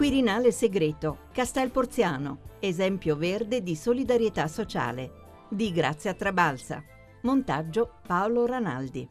Quirinale segreto, Castel Porziano, esempio verde di solidarietà sociale, di Grazia Trabalsa. Montaggio Paolo Ranaldi.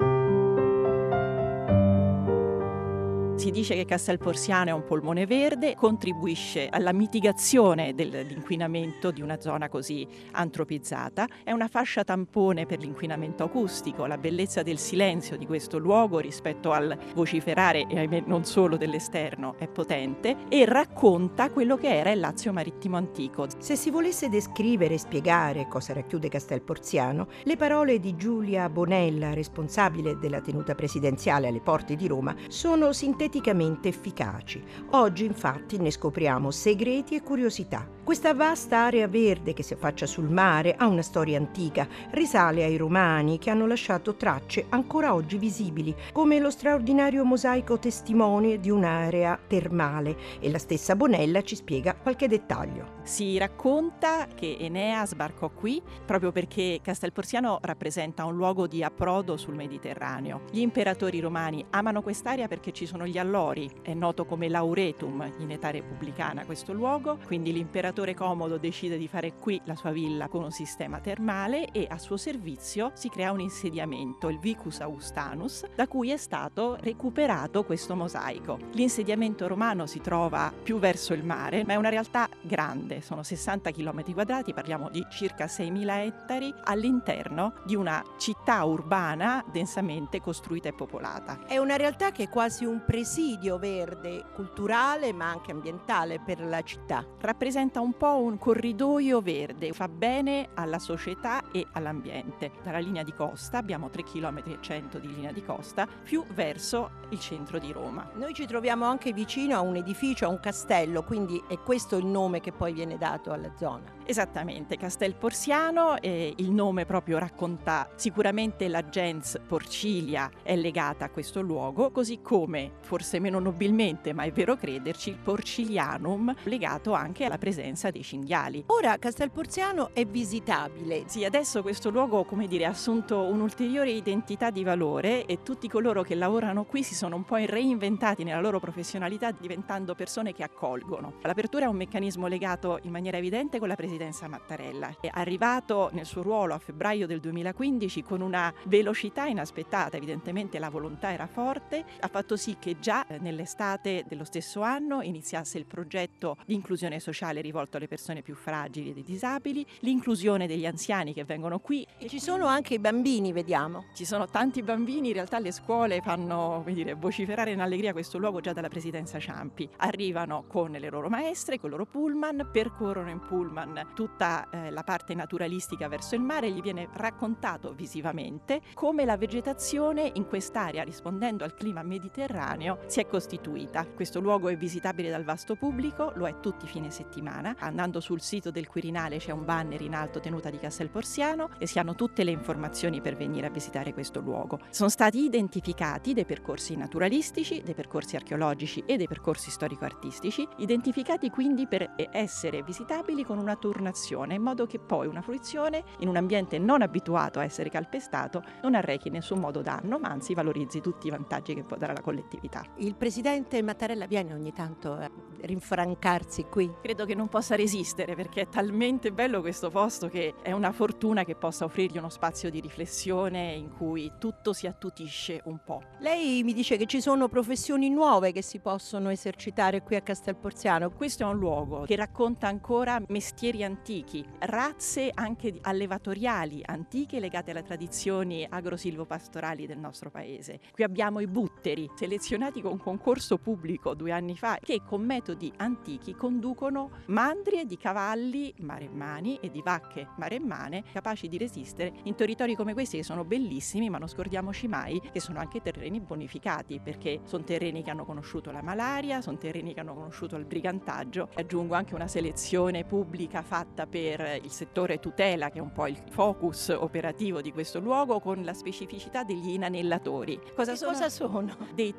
Si dice che Castel Porziano è un polmone verde, contribuisce alla mitigazione dell'inquinamento di una zona così antropizzata, è una fascia tampone per l'inquinamento acustico, la bellezza del silenzio di questo luogo rispetto al vociferare, e ahimè non solo dell'esterno, è potente e racconta quello che era il Lazio marittimo antico. Se si volesse descrivere e spiegare cosa racchiude Castel Porziano, le parole di Giulia Bonella, responsabile della tenuta presidenziale alle porte di Roma, sono sinteticamente efficaci. Oggi infatti ne scopriamo segreti e curiosità. Questa vasta area verde che si affaccia sul mare ha una storia antica, risale ai Romani che hanno lasciato tracce ancora oggi visibili, come lo straordinario mosaico testimone di un'area termale, e la stessa Bonella ci spiega qualche dettaglio. Si racconta che Enea sbarcò qui proprio perché Castel Porziano rappresenta un luogo di approdo sul Mediterraneo. Gli imperatori romani amano quest'area perché ci sono gli allori, è noto come Lauretum in età repubblicana questo luogo, quindi l'imperatore Comodo decide di fare qui la sua villa con un sistema termale e a suo servizio si crea un insediamento, il Vicus Augustanus, da cui è stato recuperato questo mosaico. L'insediamento romano si trova più verso il mare, ma è una realtà grande, sono 60 km quadrati, parliamo di circa 6.000 ettari, all'interno di una città urbana densamente costruita e popolata. È una realtà che è quasi un presidio verde, culturale ma anche ambientale per la città. Rappresenta un po' un corridoio verde, fa bene alla società e all'ambiente. Dalla linea di costa, abbiamo 3,1 km di linea di costa, più verso il centro di Roma. Noi ci troviamo anche vicino a un edificio, a un castello, quindi è questo il nome che poi viene dato alla zona. Esattamente, Castel Porziano, il nome proprio racconta sicuramente la gens Porcilia è legata a questo luogo, così come, forse meno nobilmente, ma è vero crederci, il Porcilianum legato anche alla presenza dei cinghiali. Ora Castel Porziano è visitabile. Sì, adesso questo luogo, come dire, ha assunto un'ulteriore identità di valore e tutti coloro che lavorano qui si sono un po' reinventati nella loro professionalità, diventando persone che accolgono. L'apertura è un meccanismo legato in maniera evidente con la presidenza Mattarella. È arrivato nel suo ruolo a febbraio del 2015 con una velocità inaspettata, evidentemente la volontà era forte, ha fatto sì che già nell'estate dello stesso anno iniziasse il progetto di inclusione sociale rivolto alle persone più fragili e disabili, l'inclusione degli anziani che vengono qui. E ci sono anche i bambini, vediamo. Ci sono tanti bambini, in realtà le scuole fanno, come dire, vociferare in allegria questo luogo già dalla presidenza Ciampi. Arrivano con le loro maestre, con i loro pullman, percorrono in pullman tutta la parte naturalistica verso il mare, gli viene raccontato visivamente come la vegetazione in quest'area, rispondendo al clima mediterraneo, si è costituita. Questo luogo è visitabile dal vasto pubblico, lo è tutti i fine settimana. Andando sul sito del Quirinale c'è un banner in alto tenuta di Castel Porziano e si hanno tutte le informazioni per venire a visitare questo luogo. Sono stati identificati dei percorsi naturalistici, dei percorsi archeologici e dei percorsi storico-artistici, identificati quindi per essere visitabili con una turnazione, in modo che poi una fruizione in un ambiente non abituato a essere calpestato non arrechi in nessun modo danno, ma anzi valorizzi tutti i vantaggi che può dare alla collettività. Il presidente Mattarella viene ogni tanto a rinfrancarsi qui. Credo che non possa resistere, perché è talmente bello questo posto che è una fortuna che possa offrirgli uno spazio di riflessione in cui tutto si attutisce un po'. Lei mi dice che ci sono professioni nuove che si possono esercitare qui a Castel Porziano. Questo è un luogo che racconta ancora mestieri antichi, razze anche allevatoriali antiche legate alle tradizioni agrosilvopastorali del nostro paese. Qui abbiamo i butteri, selezionati con concorso pubblico 2 anni fa, che con metodi antichi conducono mandrie di cavalli maremmani e di vacche maremmane capaci di resistere in territori come questi, che sono bellissimi, ma non scordiamoci mai che sono anche terreni bonificati, perché sono terreni che hanno conosciuto la malaria, sono terreni che hanno conosciuto il brigantaggio. Aggiungo anche una selezione pubblica fatta per il settore tutela, che è un po' il focus operativo di questo luogo, con la specificità degli inanellatori. Cosa sono? Dei tecnici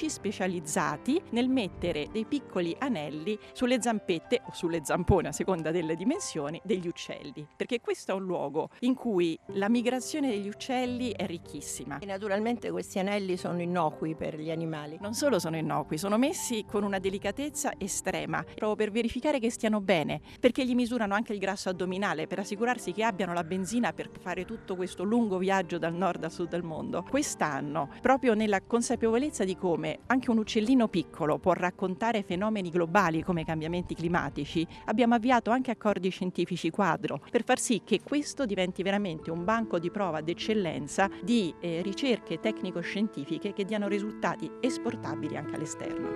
medici specializzati nel mettere dei piccoli anelli sulle zampette o sulle zampone, a seconda delle dimensioni, degli uccelli, perché questo è un luogo in cui la migrazione degli uccelli è ricchissima. E naturalmente questi anelli sono innocui per gli animali. Non solo sono innocui, sono messi con una delicatezza estrema, proprio per verificare che stiano bene, perché gli misurano anche il grasso addominale per assicurarsi che abbiano la benzina per fare tutto questo lungo viaggio dal nord al sud del mondo. Quest'anno, proprio nella consapevolezza di come anche un uccellino piccolo può raccontare fenomeni globali come i cambiamenti climatici, abbiamo avviato anche accordi scientifici quadro per far sì che questo diventi veramente un banco di prova d'eccellenza di ricerche tecnico-scientifiche che diano risultati esportabili anche all'esterno.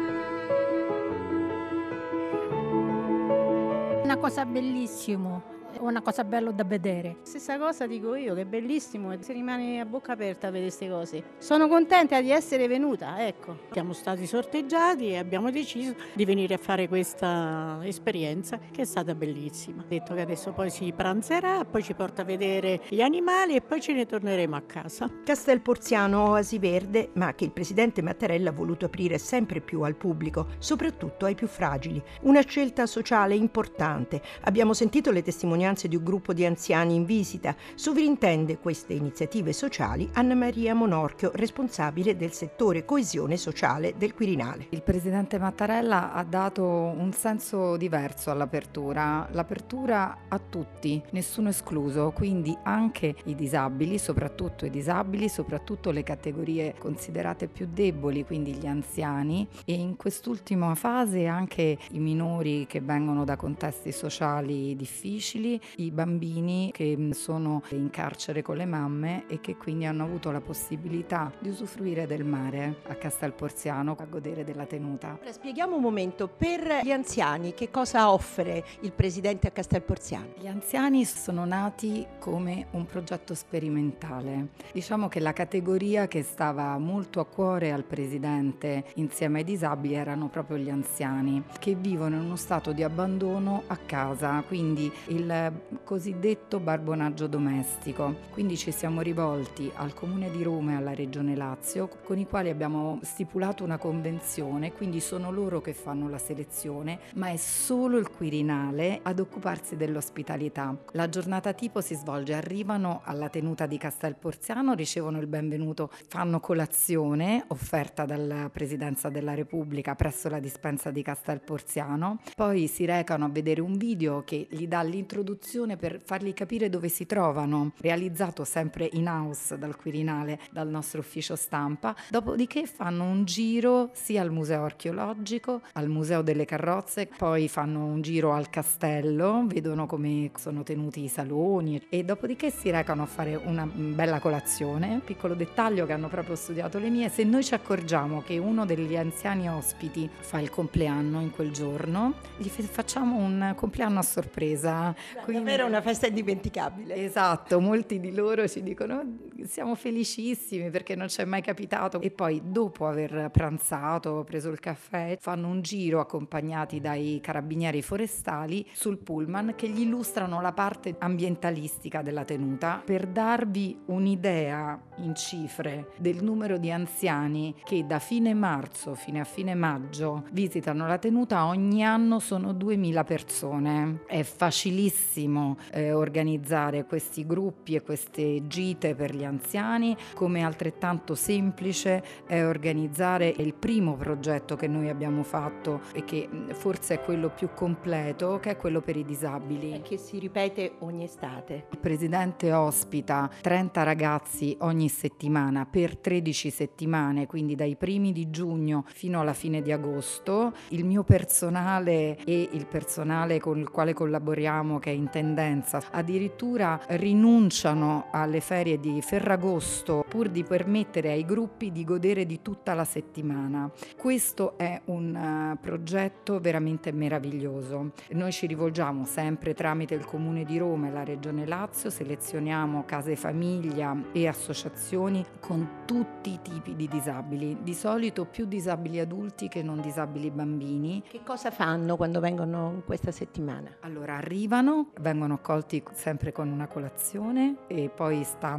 Una cosa bellissima, una cosa bella da vedere. Stessa cosa dico io, che è bellissimo, si rimane a bocca aperta a vedere queste cose. Sono contenta di essere venuta, ecco. Siamo stati sorteggiati e abbiamo deciso di venire a fare questa esperienza che è stata bellissima. Ho detto che adesso poi si pranzerà, poi ci porta a vedere gli animali e poi ce ne torneremo a casa. Castel Porziano, oasi verde, ma che il presidente Mattarella ha voluto aprire sempre più al pubblico, soprattutto ai più fragili. Una scelta sociale importante. Abbiamo sentito le testimonianze di un gruppo di anziani in visita. Sovrintende queste iniziative sociali Anna Maria Monorchio, responsabile del settore coesione sociale del Quirinale. Il presidente Mattarella ha dato un senso diverso all'apertura, l'apertura a tutti, nessuno escluso, quindi anche i disabili, soprattutto le categorie considerate più deboli, quindi gli anziani, e in quest'ultima fase anche i minori che vengono da contesti sociali difficili, i bambini che sono in carcere con le mamme e che quindi hanno avuto la possibilità di usufruire del mare a Castel Porziano, a godere della tenuta. Ora spieghiamo un momento, per gli anziani che cosa offre il presidente a Castel Porziano? Gli anziani sono nati come un progetto sperimentale. Diciamo che la categoria che stava molto a cuore al presidente insieme ai disabili erano proprio gli anziani, che vivono in uno stato di abbandono a casa, quindi il cosiddetto barbonaggio domestico. Quindi ci siamo rivolti al Comune di Roma e alla Regione Lazio, con i quali abbiamo stipulato una convenzione, quindi sono loro che fanno la selezione, ma è solo il Quirinale ad occuparsi dell'ospitalità. La giornata tipo si svolge, arrivano alla tenuta di Castel Porziano, ricevono il benvenuto, fanno colazione offerta dalla Presidenza della Repubblica presso la dispensa di Castel Porziano, poi si recano a vedere un video che gli dà l'introduzione per fargli capire dove si trovano, realizzato sempre in house dal Quirinale, dal nostro ufficio stampa. Dopodiché fanno un giro sia al museo archeologico, al museo delle carrozze, poi fanno un giro al castello, vedono come sono tenuti i saloni e dopodiché si recano a fare una bella colazione. Piccolo dettaglio che hanno proprio studiato le mie: se noi ci accorgiamo che uno degli anziani ospiti fa il compleanno in quel giorno, gli facciamo un compleanno a sorpresa. Quindi davvero una festa indimenticabile. Esatto, molti di loro ci dicono siamo felicissimi perché non ci è mai capitato, e poi dopo aver pranzato, preso il caffè, fanno un giro accompagnati dai carabinieri forestali sul pullman che gli illustrano la parte ambientalistica della tenuta, per darvi un'idea in cifre del numero di anziani che da fine marzo fino a fine maggio visitano la tenuta. Ogni anno sono 2000 persone. È facilissimo organizzare questi gruppi e queste gite per gli anziani, come altrettanto semplice è organizzare il primo progetto che noi abbiamo fatto e che forse è quello più completo, che è quello per i disabili. Che si ripete ogni estate. Il presidente ospita 30 ragazzi ogni settimana per 13 settimane, quindi dai primi di giugno fino alla fine di agosto. Il mio personale e il personale con il quale collaboriamo, che è in tendenza, addirittura rinunciano alle ferie di Ferragosto pur di permettere ai gruppi di godere di tutta la settimana. Questo è un progetto veramente meraviglioso. Noi ci rivolgiamo sempre tramite il Comune di Roma e la Regione Lazio, selezioniamo case famiglia e associazioni con tutti i tipi di disabili, di solito più disabili adulti che non disabili bambini. Che cosa fanno quando vengono in questa settimana? Allora arrivano, vengono accolti sempre con una colazione e poi stanno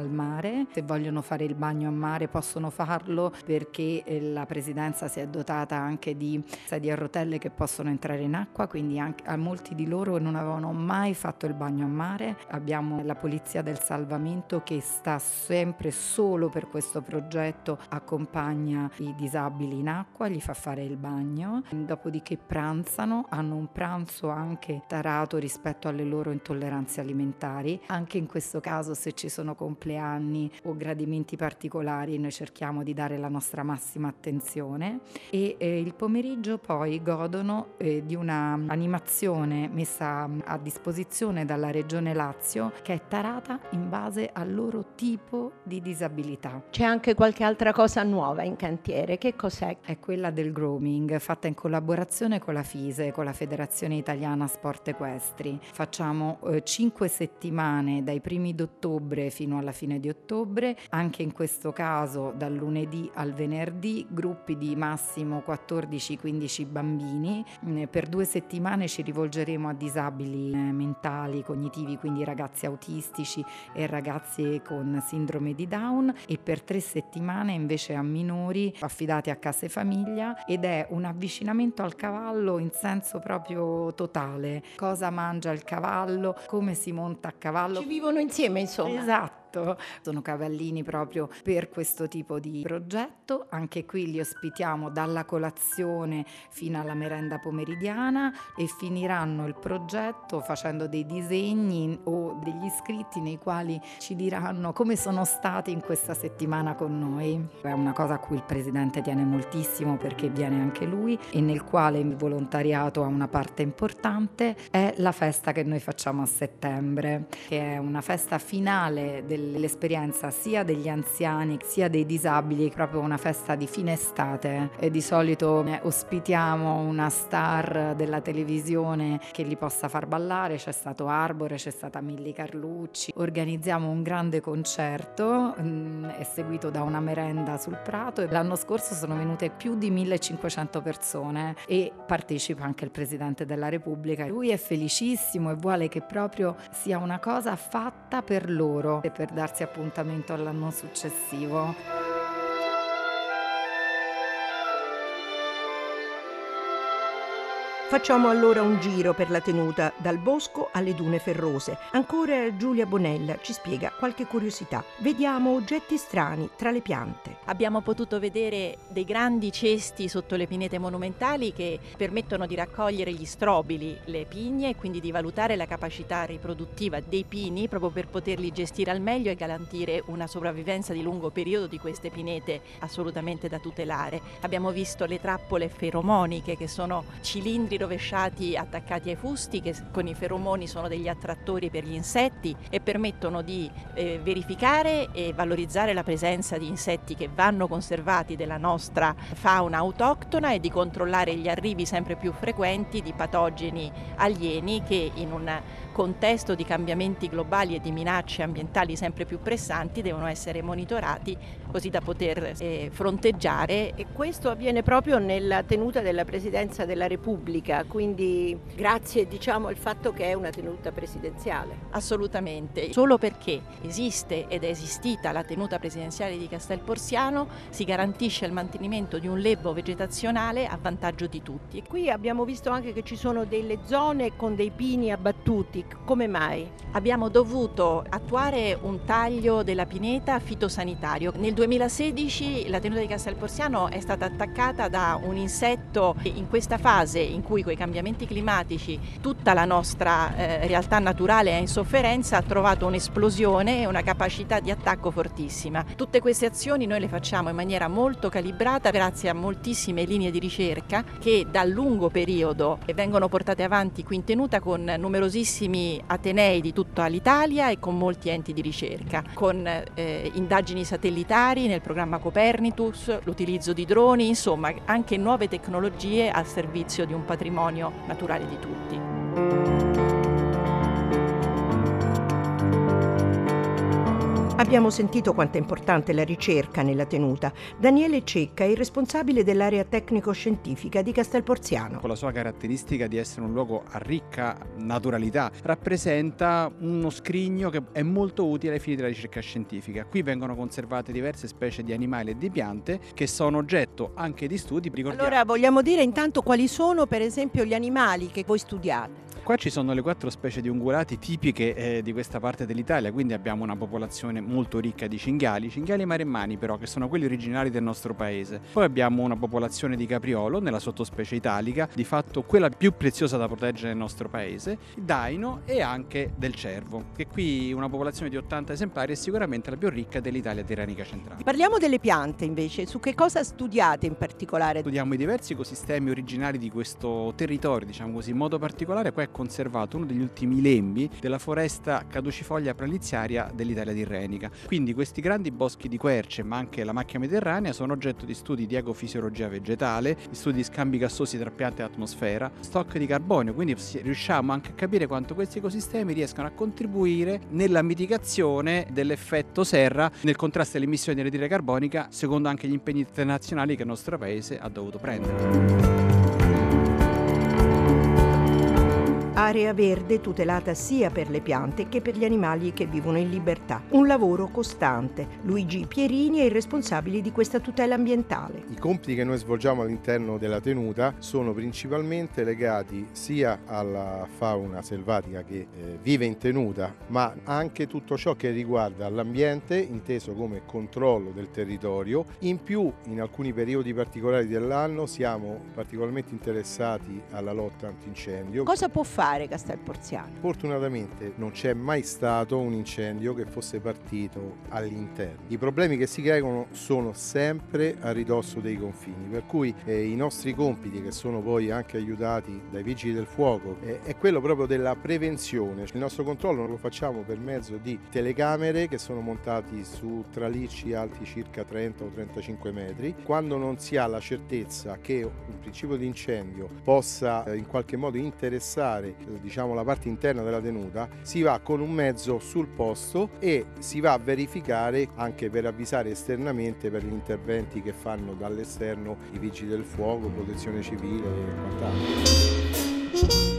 al mare. Se vogliono fare il bagno a mare possono farlo, perché la presidenza si è dotata anche di sedie a rotelle che possono entrare in acqua, quindi anche a molti di loro non avevano mai fatto il bagno a mare. Abbiamo la polizia del salvamento che sta sempre solo per questo progetto, accompagna i disabili in acqua, gli fa fare il bagno, dopodiché pranzano, hanno un pranzo anche tarato rispetto alle loro intolleranze alimentari. Anche in questo caso, se ci sono compleanni o gradimenti particolari, noi cerchiamo di dare la nostra massima attenzione. E il pomeriggio poi godono di una animazione messa a disposizione dalla Regione Lazio, che è tarata in base al loro tipo di disabilità. C'è anche qualche altra cosa nuova in cantiere, che cos'è? È quella del grooming, fatta in collaborazione con la FISE, con la Federazione Italiana Sport Equestri. Facciamo 5 settimane dai primi d'ottobre fino alla fine di ottobre, anche in questo caso dal lunedì al venerdì, gruppi di massimo 14-15 bambini. Per 2 settimane ci rivolgeremo a disabili mentali, cognitivi, quindi ragazzi autistici e ragazzi con sindrome di Down, e per 3 settimane invece a minori affidati a case famiglia, ed è un avvicinamento al cavallo in senso proprio totale. Cosa mangia il cavallo, come si monta a cavallo. Ci vivono insieme, insomma. Esatto. Sono cavallini proprio per questo tipo di progetto. Anche qui li ospitiamo dalla colazione fino alla merenda pomeridiana, e finiranno il progetto facendo dei disegni o degli scritti nei quali ci diranno come sono stati in questa settimana con noi. È una cosa a cui il presidente tiene moltissimo, perché viene anche lui, e nel quale il volontariato ha una parte importante. È la festa che noi facciamo a settembre, che è una festa finale dell'esperienza sia degli anziani sia dei disabili, proprio una festa di fine estate, e di solito ospitiamo una star della televisione che li possa far ballare. C'è stato Arbore, c'è stata Milly Carlucci. Organizziamo un grande concerto, è seguito da una merenda sul prato, e l'anno scorso sono venute più di 1500 persone, e partecipa anche il Presidente della Repubblica. Lui è felicissimo e vuole che proprio sia una cosa fatta per loro e per darsi appuntamento all'anno successivo. Facciamo allora un giro per la tenuta, dal bosco alle dune ferrose. Ancora Giulia Bonella ci spiega qualche curiosità. Vediamo oggetti strani tra le piante. Abbiamo potuto vedere dei grandi cesti sotto le pinete monumentali che permettono di raccogliere gli strobili, le pigne, e quindi di valutare la capacità riproduttiva dei pini, proprio per poterli gestire al meglio e garantire una sopravvivenza di lungo periodo di queste pinete assolutamente da tutelare. Abbiamo visto le trappole feromoniche, che sono cilindri rovesciati attaccati ai fusti, che con i feromoni sono degli attrattori per gli insetti e permettono di verificare e valorizzare la presenza di insetti che vanno conservati della nostra fauna autoctona, e di controllare gli arrivi sempre più frequenti di patogeni alieni che, in un contesto di cambiamenti globali e di minacce ambientali sempre più pressanti, devono essere monitorati così da poter fronteggiare. E questo avviene proprio nella tenuta della Presidenza della Repubblica, quindi grazie al fatto che è una tenuta presidenziale. Assolutamente. Solo perché esiste ed è esistita la tenuta presidenziale di Castel Porziano si garantisce il mantenimento di un lebbo vegetazionale a vantaggio di tutti. Qui abbiamo visto anche che ci sono delle zone con dei pini abbattuti. Come mai? Abbiamo dovuto attuare un taglio della pineta fitosanitario. Nel 2016 la tenuta di Castel Porziano è stata attaccata da un insetto. In questa fase in cui con i cambiamenti climatici tutta la nostra realtà naturale è in sofferenza, ha trovato un'esplosione e una capacità di attacco fortissima. Tutte queste azioni noi le facciamo in maniera molto calibrata grazie a moltissime linee di ricerca che dal lungo periodo vengono portate avanti qui in tenuta con numerosissimi atenei di tutta l'Italia e con molti enti di ricerca, con indagini satellitari nel programma Copernicus, l'utilizzo di droni, insomma anche nuove tecnologie al servizio di un patrimonio naturale di tutti. Abbiamo sentito quanto è importante la ricerca nella tenuta. Daniele Cecca è il responsabile dell'area tecnico-scientifica di Castelporziano. Con la sua caratteristica di essere un luogo a ricca naturalità, rappresenta uno scrigno che è molto utile ai fini della ricerca scientifica. Qui vengono conservate diverse specie di animali e di piante che sono oggetto anche di studi. Allora vogliamo dire intanto quali sono per esempio gli animali che voi studiate? Qua ci sono le 4 specie di ungulati tipiche di questa parte dell'Italia, quindi abbiamo una popolazione molto ricca di cinghiali maremmani però, che sono quelli originari del nostro paese. Poi abbiamo una popolazione di capriolo nella sottospecie italica, di fatto quella più preziosa da proteggere nel nostro paese, daino e anche del cervo, che qui una popolazione di 80 esemplari è sicuramente la più ricca dell'Italia tirrenica centrale. Parliamo delle piante invece, su che cosa studiate in particolare? Studiamo i diversi ecosistemi originari di questo territorio, diciamo così. In modo particolare qua è conservato uno degli ultimi lembi della foresta caducifoglia praliziaria dell'Italia tirrenica. Quindi questi grandi boschi di querce, ma anche la macchia mediterranea, sono oggetto di studi di ecofisiologia vegetale, di studi di scambi gassosi tra piante e atmosfera, stock di carbonio, quindi riusciamo anche a capire quanto questi ecosistemi riescono a contribuire nella mitigazione dell'effetto serra, nel contrasto alle emissioni di anidride carbonica, secondo anche gli impegni internazionali che il nostro paese ha dovuto prendere. Area verde tutelata sia per le piante che per gli animali che vivono in libertà. Un lavoro costante. Luigi Pierini è il responsabile di questa tutela ambientale. I compiti che noi svolgiamo all'interno della tenuta sono principalmente legati sia alla fauna selvatica che vive in tenuta, ma anche tutto ciò che riguarda l'ambiente, inteso come controllo del territorio. In più, in alcuni periodi particolari dell'anno, siamo particolarmente interessati alla lotta antincendio. Cosa può fare Castelporziano? Fortunatamente non c'è mai stato un incendio che fosse partito all'interno. I problemi che si creano sono sempre a ridosso dei confini, per cui i nostri compiti, che sono poi anche aiutati dai vigili del fuoco, è quello proprio della prevenzione. Il nostro controllo lo facciamo per mezzo di telecamere che sono montati su tralicci alti circa 30 o 35 metri. Quando non si ha la certezza che un principio di incendio possa in qualche modo interessare la parte interna della tenuta, si va con un mezzo sul posto e si va a verificare anche per avvisare esternamente per gli interventi che fanno dall'esterno i vigili del fuoco, protezione civile e quant'altro.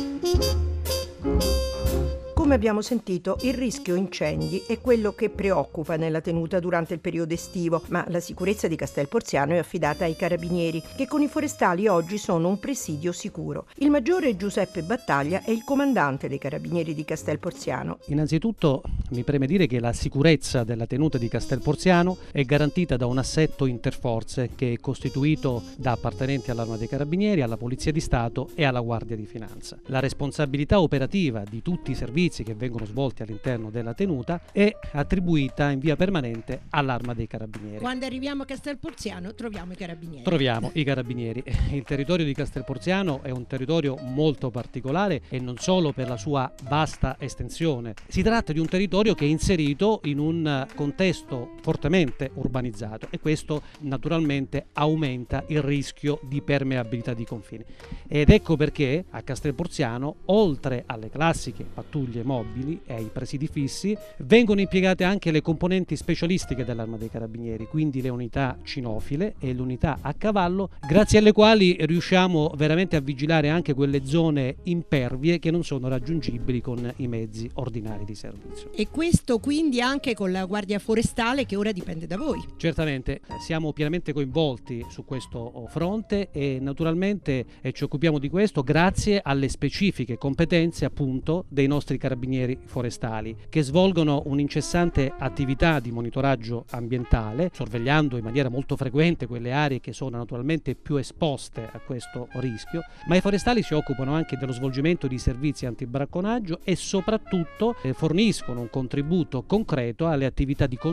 Come abbiamo sentito, il rischio incendi è quello che preoccupa nella tenuta durante il periodo estivo, ma la sicurezza di Castelporziano è affidata ai carabinieri, che con i forestali oggi sono un presidio sicuro. Il maggiore Giuseppe Battaglia è il comandante dei carabinieri di Castelporziano. Innanzitutto mi preme dire che la sicurezza della tenuta di Castelporziano è garantita da un assetto interforze che è costituito da appartenenti all'Arma dei Carabinieri, alla Polizia di Stato e alla Guardia di Finanza. La responsabilità operativa di tutti i servizi che vengono svolti all'interno della tenuta è attribuita in via permanente all'Arma dei Carabinieri. Quando arriviamo a Castelporziano troviamo i carabinieri. Troviamo i carabinieri. Il territorio di Castelporziano è un territorio molto particolare e non solo per la sua vasta estensione. Si tratta di un territorio che è inserito in un contesto fortemente urbanizzato e questo naturalmente aumenta il rischio di permeabilità di confini. Ed ecco perché a Castelporziano, oltre alle classiche pattuglie mobili e ai presidi fissi, vengono impiegate anche le componenti specialistiche dell'Arma dei Carabinieri, quindi le unità cinofile e l'unità a cavallo, grazie alle quali riusciamo veramente a vigilare anche quelle zone impervie che non sono raggiungibili con i mezzi ordinari di servizio. E questo quindi anche con la Guardia Forestale, che ora dipende da voi. Certamente, siamo pienamente coinvolti su questo fronte e naturalmente ci occupiamo di questo grazie alle specifiche competenze appunto dei nostri carabinieri forestali, che svolgono un'incessante attività di monitoraggio ambientale, sorvegliando in maniera molto frequente quelle aree che sono naturalmente più esposte a questo rischio, ma i forestali si occupano anche dello svolgimento di servizi antibracconaggio e soprattutto forniscono un contributo concreto alle attività di controllo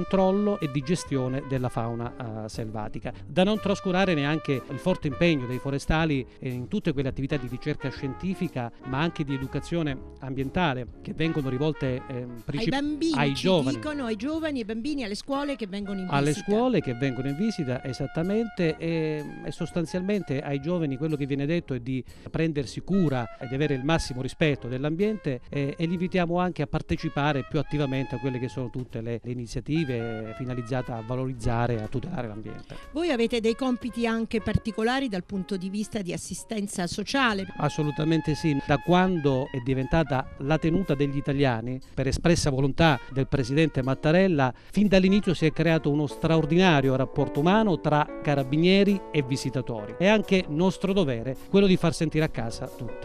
controllo e di gestione della fauna selvatica. Da non trascurare neanche il forte impegno dei forestali in tutte quelle attività di ricerca scientifica, ma anche di educazione ambientale che vengono rivolte ai bambini, ai giovani. Dicono ai giovani, ai bambini, alle scuole che vengono in visita. Alle scuole che vengono in visita, esattamente, e sostanzialmente ai giovani quello che viene detto è di prendersi cura e di avere il massimo rispetto dell'ambiente, e li invitiamo anche a partecipare più attivamente a quelle che sono tutte le iniziative finalizzate a valorizzare e a tutelare l'ambiente. Voi avete dei compiti anche particolari dal punto di vista di assistenza sociale? Assolutamente sì. Da quando è diventata la tenuta degli italiani, per espressa volontà del presidente Mattarella, fin dall'inizio si è creato uno straordinario rapporto umano tra carabinieri e visitatori. È anche nostro dovere quello di far sentire a casa tutti.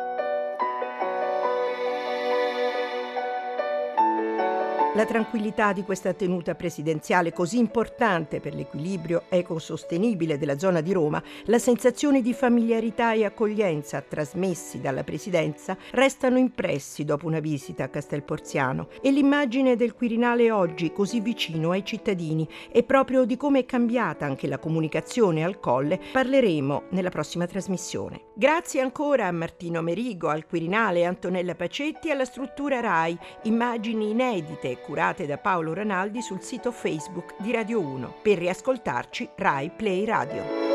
La tranquillità di questa tenuta presidenziale così importante per l'equilibrio ecosostenibile della zona di Roma, la sensazione di familiarità e accoglienza trasmessi dalla presidenza restano impressi dopo una visita a Castel Porziano, e l'immagine del Quirinale oggi così vicino ai cittadini e proprio di come è cambiata anche la comunicazione al Colle parleremo nella prossima trasmissione. Grazie ancora a Martino Merigo, al Quirinale, Antonella Pacetti e alla struttura RAI, immagini inedite curate da Paolo Ranaldi sul sito Facebook di Radio 1. Per riascoltarci, RAI Play Radio.